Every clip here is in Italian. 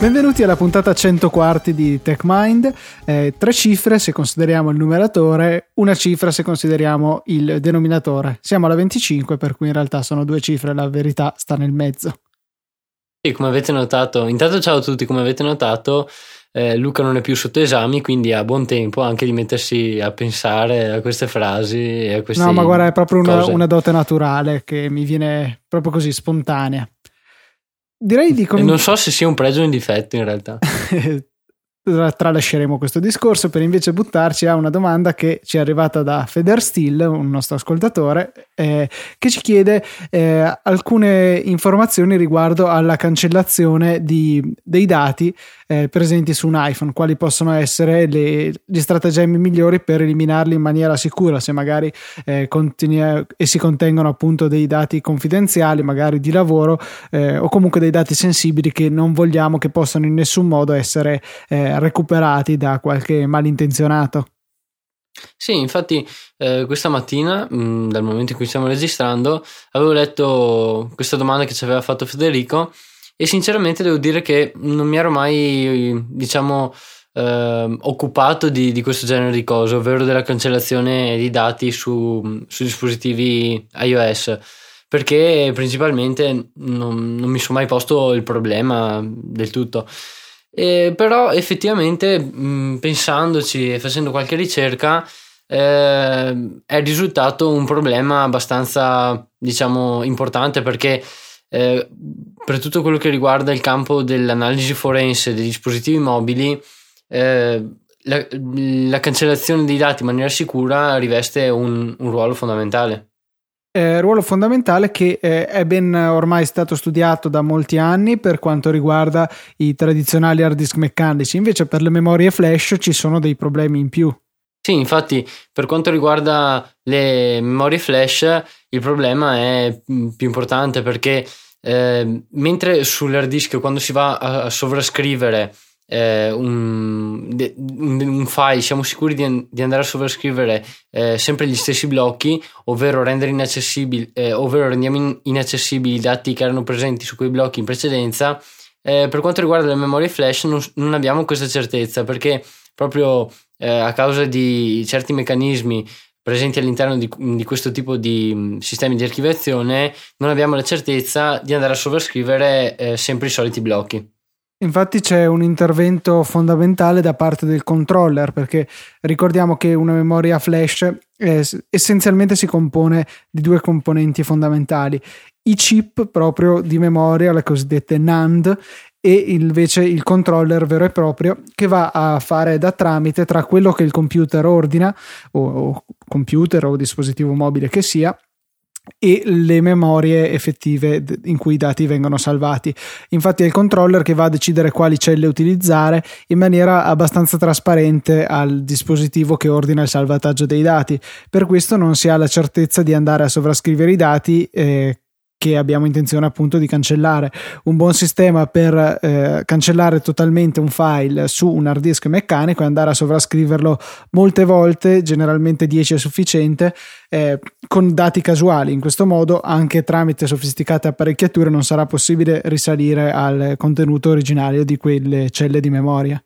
Benvenuti alla puntata 104 di TechMind. 3 cifre se consideriamo il numeratore, una cifra se consideriamo il denominatore. Siamo alla 25, per cui in realtà sono 2 cifre, la verità sta nel mezzo. E come avete notato, intanto ciao a tutti, come avete notato Luca non è più sotto esami, quindi ha buon tempo anche di mettersi a pensare a queste frasi e a queste No, ma guarda, è proprio una dote naturale che mi viene proprio così spontanea. Direi di non so se sia un pregio o un difetto in realtà. Tralasceremo questo discorso per invece buttarci a una domanda che ci è arrivata da Feder Still, un nostro ascoltatore, che ci chiede alcune informazioni riguardo alla cancellazione dei dati presenti su un iPhone, quali possono essere gli stratagemmi migliori per eliminarli in maniera sicura, se magari si contengono appunto dei dati confidenziali, magari di lavoro, o comunque dei dati sensibili che non vogliamo che possano in nessun modo essere recuperati da qualche malintenzionato. Sì, infatti questa mattina, dal momento in cui stiamo registrando, avevo letto questa domanda che ci aveva fatto Federico e sinceramente devo dire che non mi ero mai, occupato di questo genere di cose, ovvero della cancellazione di dati su dispositivi iOS, perché principalmente non mi sono mai posto il problema del tutto. Però effettivamente pensandoci e facendo qualche ricerca è risultato un problema abbastanza importante, perché per tutto quello che riguarda il campo dell'analisi forense dei dispositivi mobili la cancellazione dei dati in maniera sicura riveste un ruolo fondamentale. Ruolo fondamentale che è ben ormai stato studiato da molti anni per quanto riguarda i tradizionali hard disk meccanici, invece per le memorie flash ci sono dei problemi in più. Sì, infatti per quanto riguarda le memorie flash il problema è più importante, perché mentre sull'hard disk, quando si va a sovrascrivere un file, siamo sicuri di andare a sovrascrivere sempre gli stessi blocchi, ovvero ovvero rendiamo inaccessibili i dati che erano presenti su quei blocchi in precedenza. Per quanto riguarda le memorie flash non abbiamo questa certezza, perché proprio a causa di certi meccanismi presenti all'interno di questo tipo di sistemi di archiviazione non abbiamo la certezza di andare a sovrascrivere sempre i soliti blocchi. Infatti c'è un intervento fondamentale da parte del controller, perché ricordiamo che una memoria flash essenzialmente si compone di 2 componenti fondamentali: i chip proprio di memoria, le cosiddette NAND, e invece il controller vero e proprio, che va a fare da tramite tra quello che il computer ordina, o computer o dispositivo mobile che sia, e le memorie effettive in cui i dati vengono salvati. Infatti è il controller che va a decidere quali celle utilizzare in maniera abbastanza trasparente al dispositivo che ordina il salvataggio dei dati. Per questo non si ha la certezza di andare a sovrascrivere i dati che abbiamo intenzione appunto di cancellare. Un buon sistema per cancellare totalmente un file su un hard disk meccanico è andare a sovrascriverlo molte volte, generalmente 10 è sufficiente, con dati casuali. In questo modo, anche tramite sofisticate apparecchiature, non sarà possibile risalire al contenuto originario di quelle celle di memoria.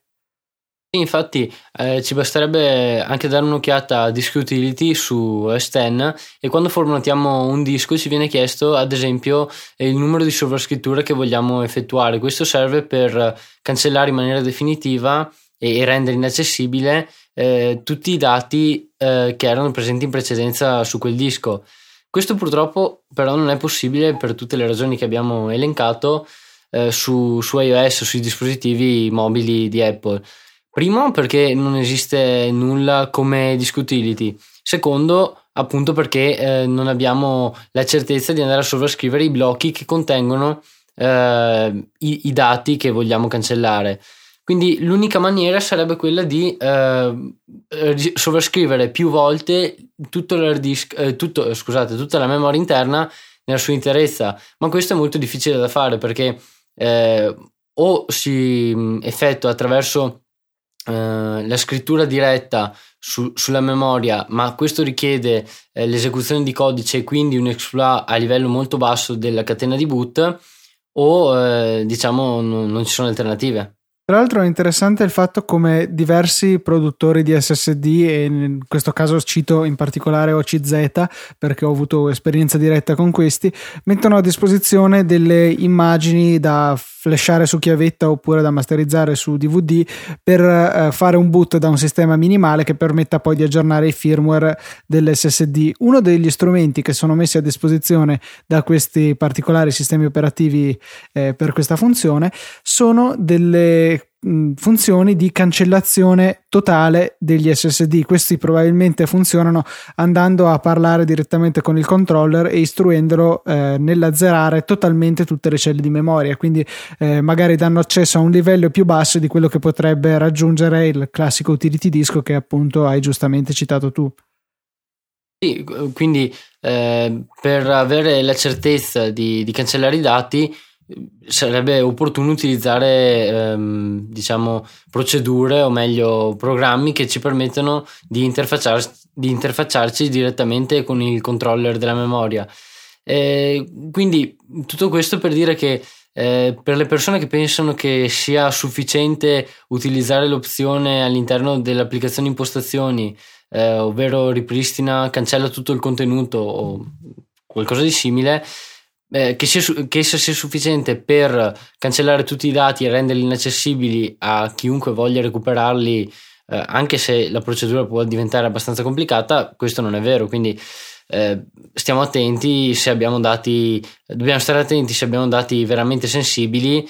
Infatti ci basterebbe anche dare un'occhiata a Disk Utility su OS X, e quando formatiamo un disco ci viene chiesto ad esempio il numero di sovrascritture che vogliamo effettuare. Questo serve per cancellare in maniera definitiva e rendere inaccessibile tutti i dati che erano presenti in precedenza su quel disco. Questo purtroppo però non è possibile per tutte le ragioni che abbiamo elencato su iOS, sui dispositivi mobili di Apple. Primo, perché non esiste nulla come Disk Utility. Secondo, appunto perché non abbiamo la certezza di andare a sovrascrivere i blocchi che contengono i dati che vogliamo cancellare. Quindi l'unica maniera sarebbe quella di sovrascrivere più volte tutta la memoria interna nella sua interezza, ma questo è molto difficile da fare, perché o si effettua attraverso la scrittura diretta sulla memoria, ma questo richiede l'esecuzione di codice e quindi un exploit a livello molto basso della catena di boot, o diciamo non ci sono alternative. Tra l'altro è interessante il fatto come diversi produttori di SSD, e in questo caso cito in particolare OCZ perché ho avuto esperienza diretta con questi, mettono a disposizione delle immagini da flashare su chiavetta oppure da masterizzare su DVD per fare un boot da un sistema minimale che permetta poi di aggiornare i firmware dell'SSD. Uno degli strumenti che sono messi a disposizione da questi particolari sistemi operativi per questa funzione sono delle funzioni di cancellazione totale degli SSD. Questi probabilmente funzionano andando a parlare direttamente con il controller e istruendolo nell'azzerare totalmente tutte le celle di memoria, quindi magari danno accesso a un livello più basso di quello che potrebbe raggiungere il classico utility disk che appunto hai giustamente citato tu. Sì, quindi per avere la certezza di cancellare i dati sarebbe opportuno utilizzare diciamo procedure, o meglio programmi che ci permettono di interfacciarci direttamente con il controller della memoria. Quindi tutto questo per dire che per le persone che pensano che sia sufficiente utilizzare l'opzione all'interno dell'applicazione impostazioni, ovvero ripristina, cancella tutto il contenuto o qualcosa di simile, che essa sia sufficiente per cancellare tutti i dati e renderli inaccessibili a chiunque voglia recuperarli, anche se la procedura può diventare abbastanza complicata, questo non è vero. Quindi stiamo attenti se abbiamo dati, dobbiamo stare attenti se abbiamo dati veramente sensibili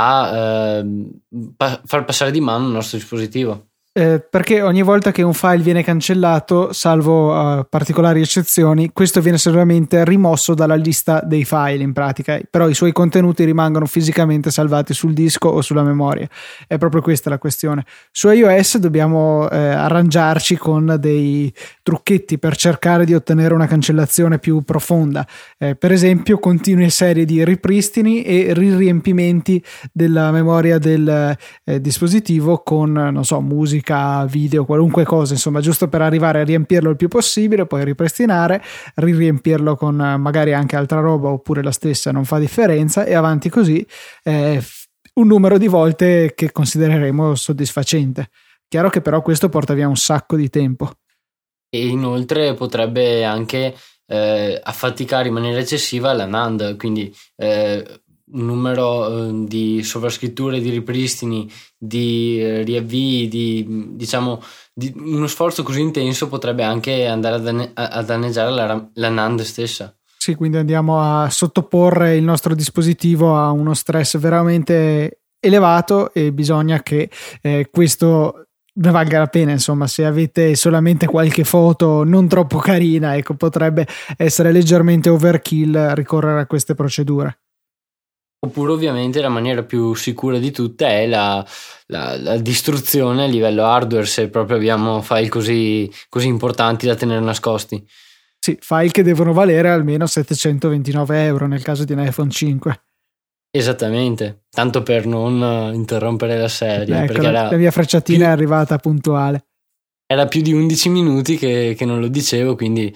a far passare di mano il nostro dispositivo. Perché ogni volta che un file viene cancellato, salvo particolari eccezioni, questo viene solamente rimosso dalla lista dei file in pratica, però i suoi contenuti rimangono fisicamente salvati sul disco o sulla memoria. È proprio questa la questione. Su iOS dobbiamo arrangiarci con dei trucchetti per cercare di ottenere una cancellazione più profonda, per esempio continue serie di ripristini e riempimenti della memoria del dispositivo con, non so, musica, video, qualunque cosa, insomma, giusto per arrivare a riempirlo il più possibile, poi ripristinare, riempirlo con magari anche altra roba oppure la stessa, non fa differenza, e avanti così un numero di volte che considereremo soddisfacente. Chiaro che però questo porta via un sacco di tempo. E inoltre potrebbe anche affaticare in maniera eccessiva la NAND, quindi un numero di sovrascritture, di ripristini, di riavvii, diciamo di uno sforzo così intenso potrebbe anche andare a danneggiare la NAND stessa. Sì, quindi andiamo a sottoporre il nostro dispositivo a uno stress veramente elevato e bisogna che questo ne valga la pena. Insomma, se avete solamente qualche foto non troppo carina, ecco, potrebbe essere leggermente overkill ricorrere a queste procedure. Oppure ovviamente la maniera più sicura di tutte è la distruzione a livello hardware, se proprio abbiamo file così importanti da tenere nascosti. Sì, file che devono valere almeno 729 euro nel caso di un iPhone 5. Esattamente, tanto per non interrompere la serie. Ecco, perché la mia frecciatina è arrivata puntuale. Era più di 11 minuti che non lo dicevo, quindi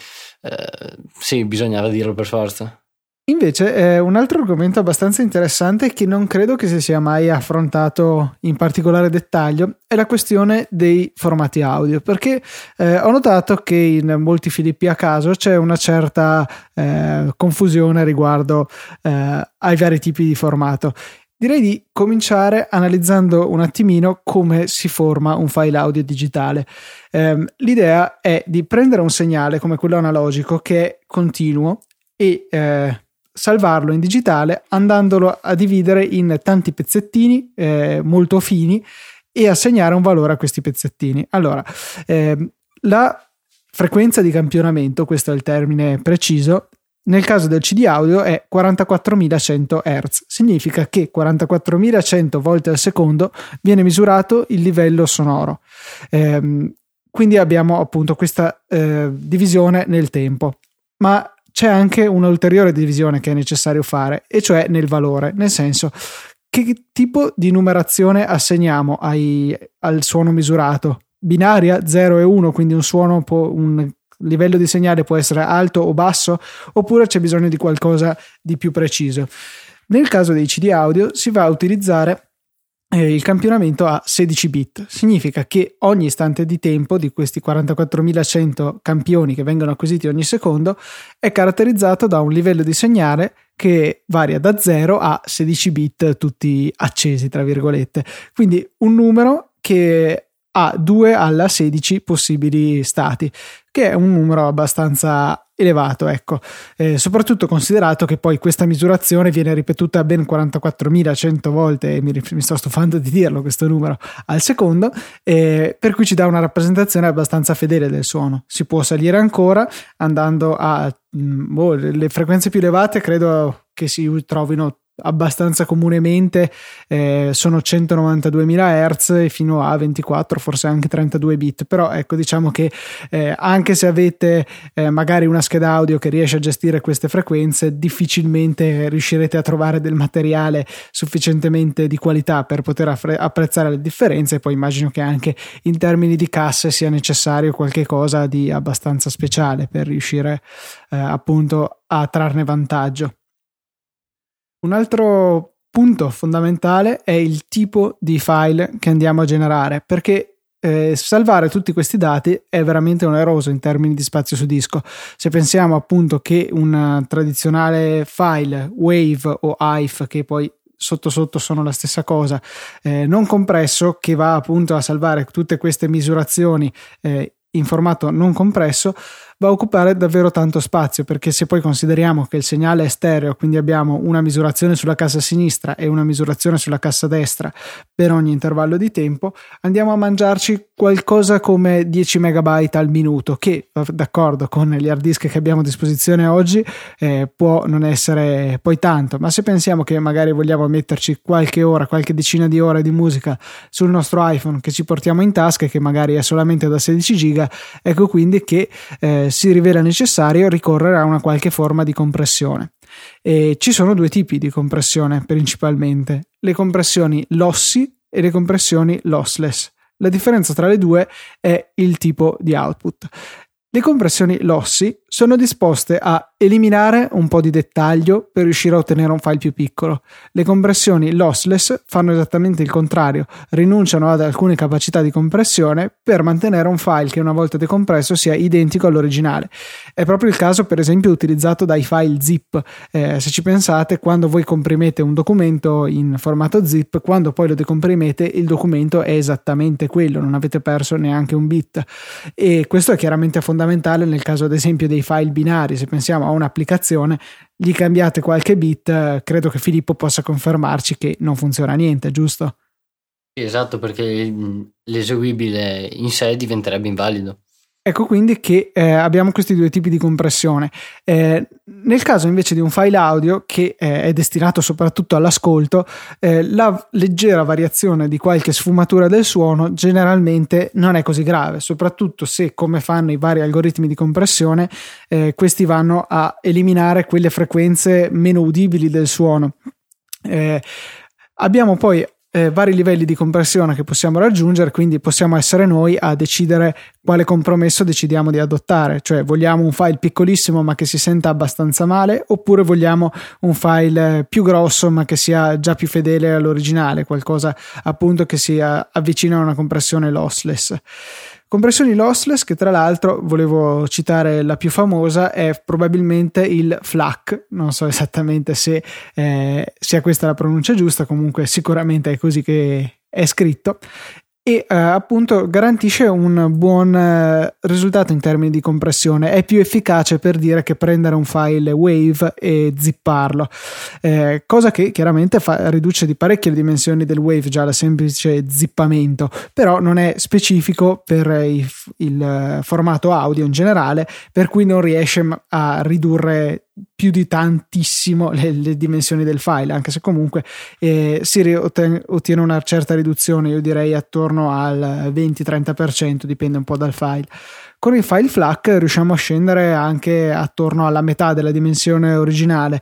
sì, bisognava dirlo per forza. Invece un altro argomento abbastanza interessante che non credo che si sia mai affrontato in particolare dettaglio è la questione dei formati audio, perché ho notato che in molti filippi a caso c'è una certa confusione riguardo ai vari tipi di formato. Direi di cominciare analizzando un attimino come si forma un file audio digitale. L'idea è di prendere un segnale come quello analogico che è continuo e salvarlo in digitale andandolo a dividere in tanti pezzettini molto fini e assegnare un valore a questi pezzettini. Allora, la frequenza di campionamento, questo è il termine preciso, nel caso del CD audio è 44.100 Hz. Significa che 44.100 volte al secondo viene misurato il livello sonoro. Quindi abbiamo appunto questa divisione nel tempo. Ma c'è anche un'ulteriore divisione che è necessario fare, e cioè nel valore, nel senso che tipo di numerazione assegniamo al suono misurato. Binaria 0 e 1, quindi un livello di segnale può essere alto o basso, oppure c'è bisogno di qualcosa di più preciso. Nel caso dei CD audio si va a utilizzare il campionamento a 16 bit. Significa che ogni istante di tempo di questi 44.100 campioni che vengono acquisiti ogni secondo è caratterizzato da un livello di segnale che varia da 0 a 16 bit tutti accesi, tra virgolette. Quindi un numero che ha 2 alla 16 possibili stati, che è un numero abbastanza elevato, ecco, soprattutto considerato che poi questa misurazione viene ripetuta ben 44.100 volte, e mi sto stufando di dirlo questo numero, al secondo, per cui ci dà una rappresentazione abbastanza fedele del suono. Si può salire ancora andando a le frequenze più elevate, credo che si trovino abbastanza comunemente, sono 192.000 Hz e fino a 24, forse anche 32 bit. Però ecco, diciamo che anche se avete magari una scheda audio che riesce a gestire queste frequenze, difficilmente riuscirete a trovare del materiale sufficientemente di qualità per poter apprezzare le differenze. E poi immagino che anche in termini di casse sia necessario qualche cosa di abbastanza speciale per riuscire appunto a trarne vantaggio. Un altro punto fondamentale è il tipo di file che andiamo a generare, perché salvare tutti questi dati è veramente oneroso in termini di spazio su disco. Se pensiamo appunto che un tradizionale file WAV o AIF, che poi sotto sotto sono la stessa cosa, non compresso, che va appunto a salvare tutte queste misurazioni in formato non compresso, va a occupare davvero tanto spazio, perché se poi consideriamo che il segnale è stereo, quindi abbiamo una misurazione sulla cassa sinistra e una misurazione sulla cassa destra per ogni intervallo di tempo, andiamo a mangiarci qualcosa come 10 megabyte al minuto, che d'accordo con gli hard disk che abbiamo a disposizione oggi può non essere poi tanto, ma se pensiamo che magari vogliamo metterci qualche ora, qualche decina di ore di musica sul nostro iPhone che ci portiamo in tasca e che magari è solamente da 16 giga, ecco quindi che si rivela necessario ricorrere a una qualche forma di compressione. E ci sono due tipi di compressione principalmente: le compressioni lossy e le compressioni lossless. La differenza tra le due è il tipo di output. Le compressioni lossy sono disposte a eliminare un po' di dettaglio per riuscire a ottenere un file più piccolo. Le compressioni lossless fanno esattamente il contrario, rinunciano ad alcune capacità di compressione per mantenere un file che una volta decompresso sia identico all'originale. È proprio il caso, per esempio, utilizzato dai file zip. Se ci pensate, quando voi comprimete un documento in formato zip, quando poi lo decomprimete il documento è esattamente quello, non avete perso neanche un bit, e questo è chiaramente fondamentale nel caso ad esempio dei file binari. Se pensiamo a un'applicazione, gli cambiate qualche bit, credo che Filippo possa confermarci che non funziona niente, giusto? Esatto, perché l'eseguibile in sé diventerebbe invalido. Ecco quindi che abbiamo questi due tipi di compressione. Nel caso invece di un file audio che è destinato soprattutto all'ascolto, la leggera variazione di qualche sfumatura del suono generalmente non è così grave, soprattutto se, come fanno i vari algoritmi di compressione, questi vanno a eliminare quelle frequenze meno udibili del suono. Abbiamo poi vari livelli di compressione che possiamo raggiungere, quindi possiamo essere noi a decidere quale compromesso decidiamo di adottare, cioè vogliamo un file piccolissimo ma che si senta abbastanza male, oppure vogliamo un file più grosso ma che sia già più fedele all'originale, qualcosa appunto che si avvicina a una compressione lossless. Compressioni lossless che, tra l'altro, volevo citare la più famosa, è probabilmente il FLAC. Non so esattamente se sia questa la pronuncia giusta, comunque sicuramente è così che è scritto, e appunto garantisce un buon risultato in termini di compressione. È più efficace per dire che prendere un file WAV e zipparlo, cosa che chiaramente riduce di parecchio le dimensioni del WAV, già la semplice zippamento, però non è specifico per il formato audio in generale, per cui non riesce a ridurre più di tantissimo le dimensioni del file, anche se comunque si ottiene una certa riduzione, io direi attorno al 20-30%, dipende un po' dal file. Con il file FLAC riusciamo a scendere anche attorno alla metà della dimensione originale,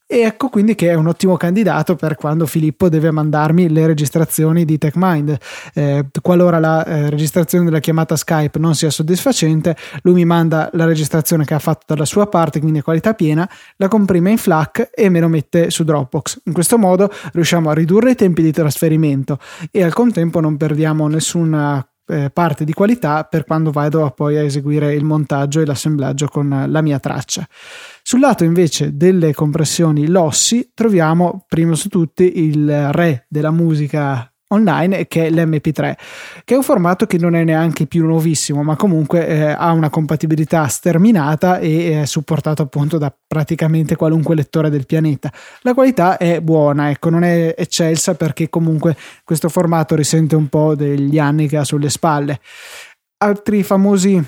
E ecco quindi che è un ottimo candidato per quando Filippo deve mandarmi le registrazioni di TechMind. Qualora la registrazione della chiamata Skype non sia soddisfacente, lui mi manda la registrazione che ha fatto dalla sua parte, quindi a qualità piena, la comprime in FLAC e me lo mette su Dropbox. In questo modo riusciamo a ridurre i tempi di trasferimento e al contempo non perdiamo nessuna parte di qualità per quando vado poi a eseguire il montaggio e l'assemblaggio con la mia traccia. Sul lato invece delle compressioni lossi troviamo prima su tutti il re della musica online, che è l'MP3, che è un formato che non è neanche più nuovissimo, ma comunque ha una compatibilità sterminata e è supportato appunto da praticamente qualunque lettore del pianeta. La qualità è buona, ecco, non è eccelsa perché comunque questo formato risente un po' degli anni che ha sulle spalle. Altri famosi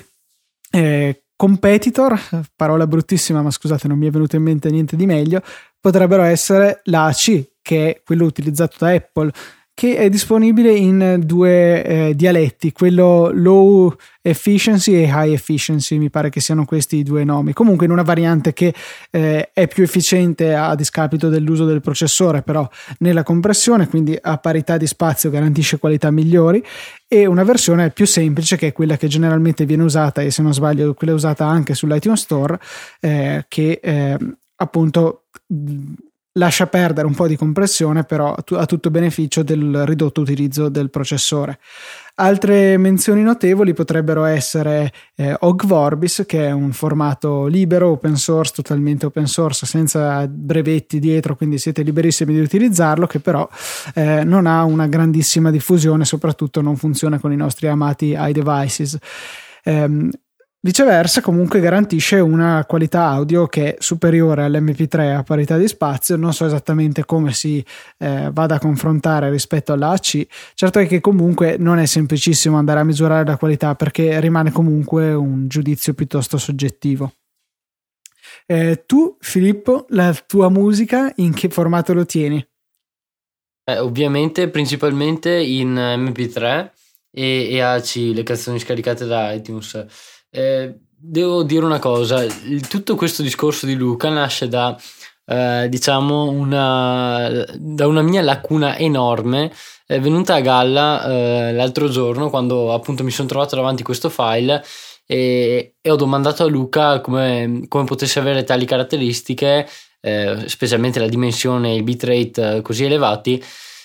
competitor, parola bruttissima ma scusate non mi è venuto in mente niente di meglio, potrebbero essere l'AC, che è quello utilizzato da Apple, che è disponibile in due dialetti, quello low efficiency e high efficiency, mi pare che siano questi i due nomi. Comunque in una variante che è più efficiente a discapito dell'uso del processore, però nella compressione, quindi a parità di spazio garantisce qualità migliori, e una versione più semplice che è quella che generalmente viene usata, e se non sbaglio quella usata anche sull'iTunes Store, che appunto lascia perdere un po' di compressione, però a tutto beneficio del ridotto utilizzo del processore. Altre menzioni notevoli potrebbero essere Ogg Vorbis, che è un formato libero, open source, totalmente open source, senza brevetti dietro, quindi siete liberissimi di utilizzarlo, che però non ha una grandissima diffusione, soprattutto non funziona con i nostri amati iDevices. Viceversa comunque garantisce una qualità audio che è superiore all'MP3 a parità di spazio. Non so esattamente come si vada a confrontare rispetto alla AC. Certo è che comunque non è semplicissimo andare a misurare la qualità, perché rimane comunque un giudizio piuttosto soggettivo. Tu Filippo, la tua musica in che formato lo tieni? Ovviamente principalmente in MP3 e AC, le canzoni scaricate da iTunes. Devo dire una cosa, tutto questo discorso di Luca nasce da diciamo da una mia lacuna enorme venuta a galla l'altro giorno, quando appunto mi sono trovato davanti questo file e ho domandato a Luca come potesse avere tali caratteristiche, specialmente la dimensione e il bitrate così elevati,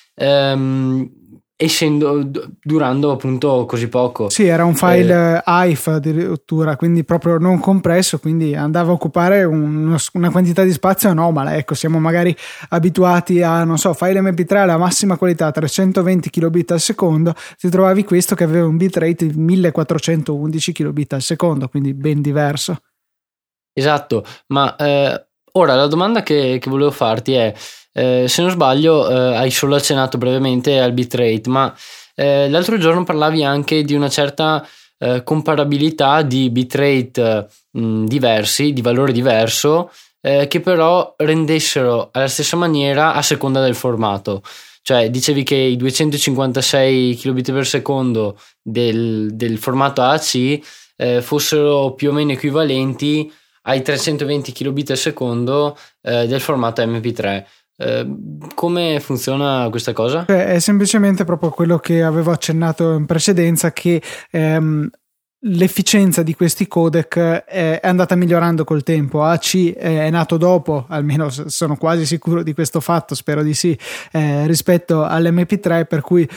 durando appunto così poco. Sì, era un file AIF addirittura, quindi proprio non compresso, quindi andava a occupare una quantità di spazio anomala. Ecco, siamo magari abituati a, non so, file MP3 alla massima qualità 320 kilobit al secondo, ti trovavi questo che aveva un bitrate di 1411 kilobit al secondo, quindi ben diverso. Esatto, ma ora la domanda che volevo farti è, se non sbaglio hai solo accennato brevemente al bitrate, ma l'altro giorno parlavi anche di una certa comparabilità di bitrate diversi, di valore diverso, che però rendessero alla stessa maniera a seconda del formato. Cioè dicevi che i 256 kilobit per secondo del formato AAC fossero più o meno equivalenti ai 320 kilobit al secondo del formato MP3. Come funziona questa cosa? È semplicemente proprio quello che avevo accennato in precedenza, che l'efficienza di questi codec è andata migliorando col tempo. AC è nato dopo, almeno sono quasi sicuro di questo fatto, spero di sì, rispetto all'MP3, per cui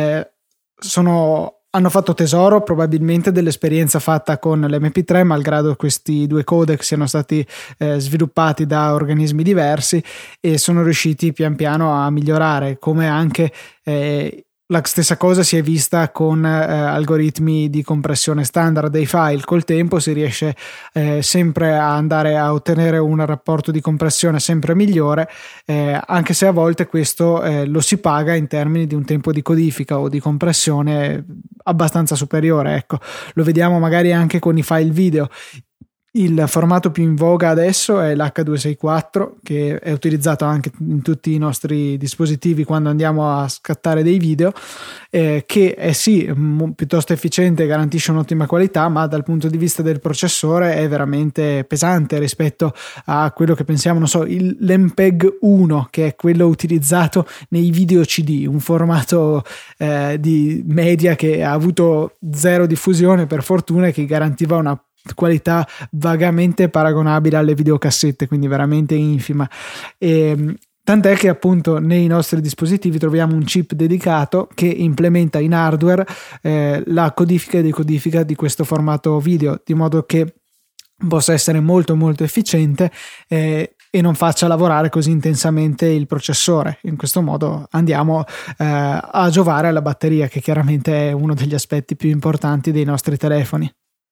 hanno fatto tesoro probabilmente dell'esperienza fatta con l'MP3, malgrado questi due codec siano stati sviluppati da organismi diversi, e sono riusciti pian piano a migliorare, come anche la stessa cosa si è vista con algoritmi di compressione standard dei file. Col tempo si riesce sempre a andare a ottenere un rapporto di compressione sempre migliore, anche se a volte questo lo si paga in termini di un tempo di codifica o di compressione abbastanza superiore. Ecco, lo vediamo magari anche con i file video. Il formato più in voga adesso è l'H264, che è utilizzato anche in tutti i nostri dispositivi quando andiamo a scattare dei video, che è sì piuttosto efficiente e garantisce un'ottima qualità, ma dal punto di vista del processore è veramente pesante rispetto a quello che pensiamo, non so, l'MPEG 1, che è quello utilizzato nei video CD, un formato di media che ha avuto zero diffusione per fortuna e che garantiva una qualità vagamente paragonabile alle videocassette, quindi veramente infima. Tant'è che appunto nei nostri dispositivi troviamo un chip dedicato che implementa in hardware la codifica e decodifica di questo formato video, di modo che possa essere molto molto efficiente e non faccia lavorare così intensamente il processore. In questo modo andiamo a giovare alla batteria, che chiaramente è uno degli aspetti più importanti dei nostri telefoni.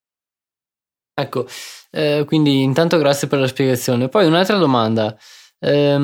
Ecco, quindi intanto grazie per la spiegazione. Poi un'altra domanda, per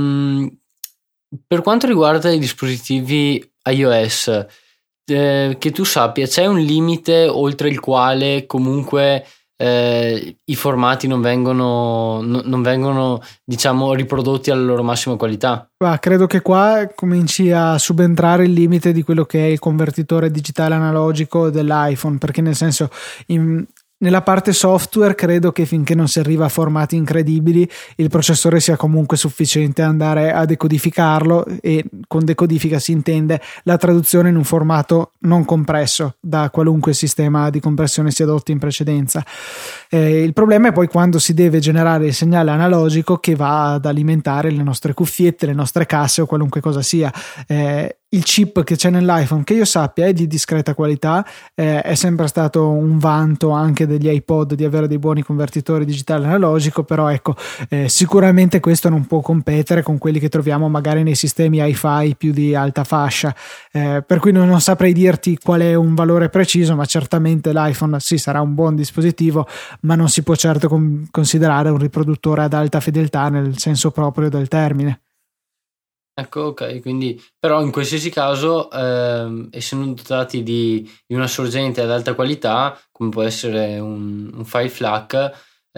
quanto riguarda i dispositivi iOS, che tu sappia, c'è un limite oltre il quale comunque i formati non vengono diciamo riprodotti alla loro massima qualità? Credo che qua cominci a subentrare il limite di quello che è il convertitore digitale analogico dell'iPhone, perché nel senso nella parte software credo che finché non si arriva a formati incredibili il processore sia comunque sufficiente ad andare a decodificarlo, e con decodifica si intende la traduzione in un formato non compresso da qualunque sistema di compressione si adotti in precedenza. Il problema è poi quando si deve generare il segnale analogico che va ad alimentare le nostre cuffiette, le nostre casse o qualunque cosa sia. Il chip che c'è nell'iPhone, che io sappia, è di discreta qualità, è sempre stato un vanto anche degli iPod di avere dei buoni convertitori digitale analogico, però ecco, sicuramente questo non può competere con quelli che troviamo magari nei sistemi hi-fi più di alta fascia, per cui non saprei dirti qual è un valore preciso, ma certamente l'iPhone sì sarà un buon dispositivo, ma non si può certo considerare un riproduttore ad alta fedeltà nel senso proprio del termine. Ecco, ok, quindi però in qualsiasi caso, essendo dotati di una sorgente ad alta qualità, come può essere un file FLAC,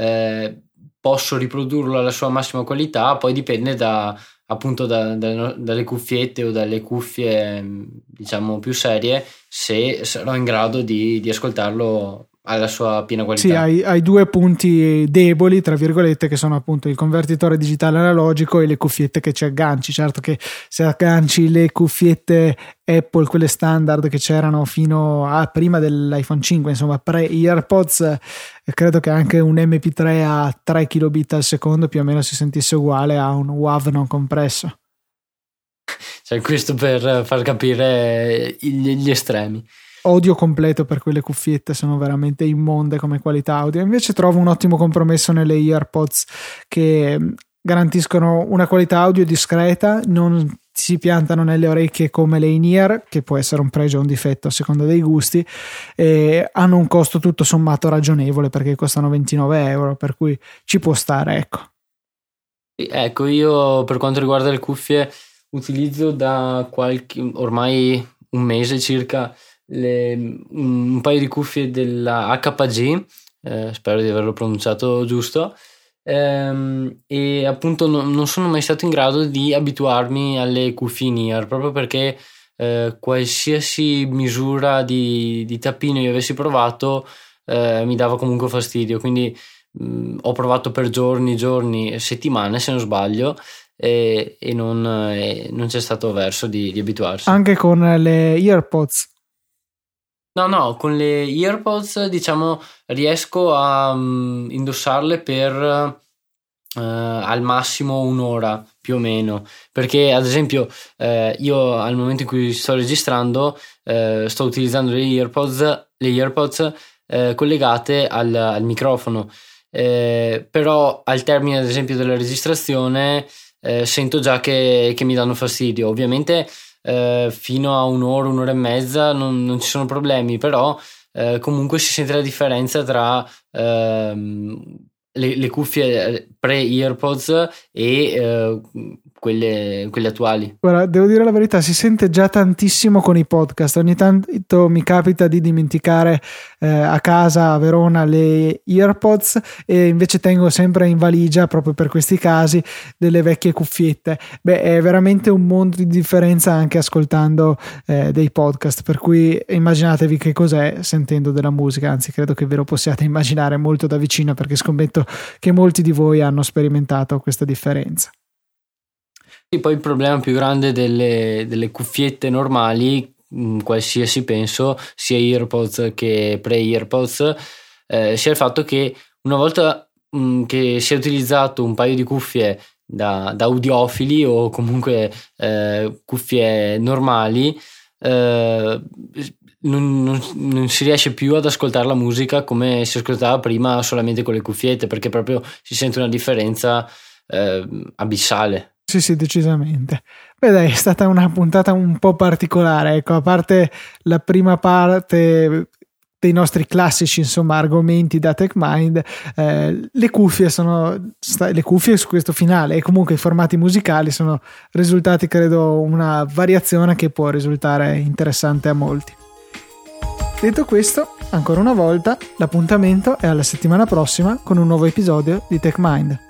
posso riprodurlo alla sua massima qualità, poi dipende appunto dalle cuffiette o dalle cuffie, diciamo più serie, se sarò in grado di ascoltarlo alla sua piena qualità. Sì, hai due punti deboli, tra virgolette, che sono appunto il convertitore digitale analogico e le cuffiette che ci agganci. Certo che se agganci le cuffiette Apple, quelle standard che c'erano fino a prima dell'iPhone 5, insomma pre-AirPods, credo che anche un MP3 a 3 kilobit al secondo più o meno si sentisse uguale a un WAV non compresso. Cioè, questo per far capire gli estremi. Odio completo per quelle cuffiette, sono veramente immonde come qualità audio. Invece trovo un ottimo compromesso nelle AirPods, che garantiscono una qualità audio discreta, non si piantano nelle orecchie come le in-ear, che può essere un pregio o un difetto a seconda dei gusti, e hanno un costo tutto sommato ragionevole perché costano 29 euro, per cui ci può stare, ecco. Ecco, io per quanto riguarda le cuffie utilizzo da ormai un mese circa un paio di cuffie della HG, spero di averlo pronunciato giusto, e appunto non sono mai stato in grado di abituarmi alle cuffie in-ear, proprio perché qualsiasi misura di tappino io avessi provato mi dava comunque fastidio, quindi ho provato per giorni, settimane se non sbaglio, e non c'è stato verso di abituarsi. Anche con le AirPods? No, con le AirPods diciamo riesco a indossarle per al massimo un'ora più o meno, perché ad esempio io al momento in cui sto registrando sto utilizzando le AirPods collegate al microfono, però al termine ad esempio della registrazione sento già che mi danno fastidio. Ovviamente fino a un'ora e mezza non ci sono problemi, però comunque si sente la differenza tra le cuffie pre-AirPods e quelle attuali. Guarda, devo dire la verità, si sente già tantissimo con i podcast. Ogni tanto mi capita di dimenticare a casa a Verona le AirPods e invece tengo sempre in valigia, proprio per questi casi, delle vecchie cuffiette. Beh, è veramente un mondo di differenza anche ascoltando dei podcast, per cui immaginatevi che cos'è sentendo della musica, anzi credo che ve lo possiate immaginare molto da vicino, perché scommetto che molti di voi hanno sperimentato questa differenza. E poi il problema più grande delle cuffiette normali, qualsiasi penso, sia AirPods che pre-AirPods, sia il fatto che una volta che si è utilizzato un paio di cuffie da audiofili o comunque cuffie normali, non si riesce più ad ascoltare la musica come si ascoltava prima solamente con le cuffiette, perché proprio si sente una differenza abissale. Sì, decisamente. Beh dai, è stata una puntata un po' particolare, ecco, a parte la prima parte dei nostri classici, insomma, argomenti da TechMind, le cuffie su questo finale e comunque i formati musicali sono risultati, credo, una variazione che può risultare interessante a molti. Detto questo, ancora una volta, l'appuntamento è alla settimana prossima con un nuovo episodio di TechMind.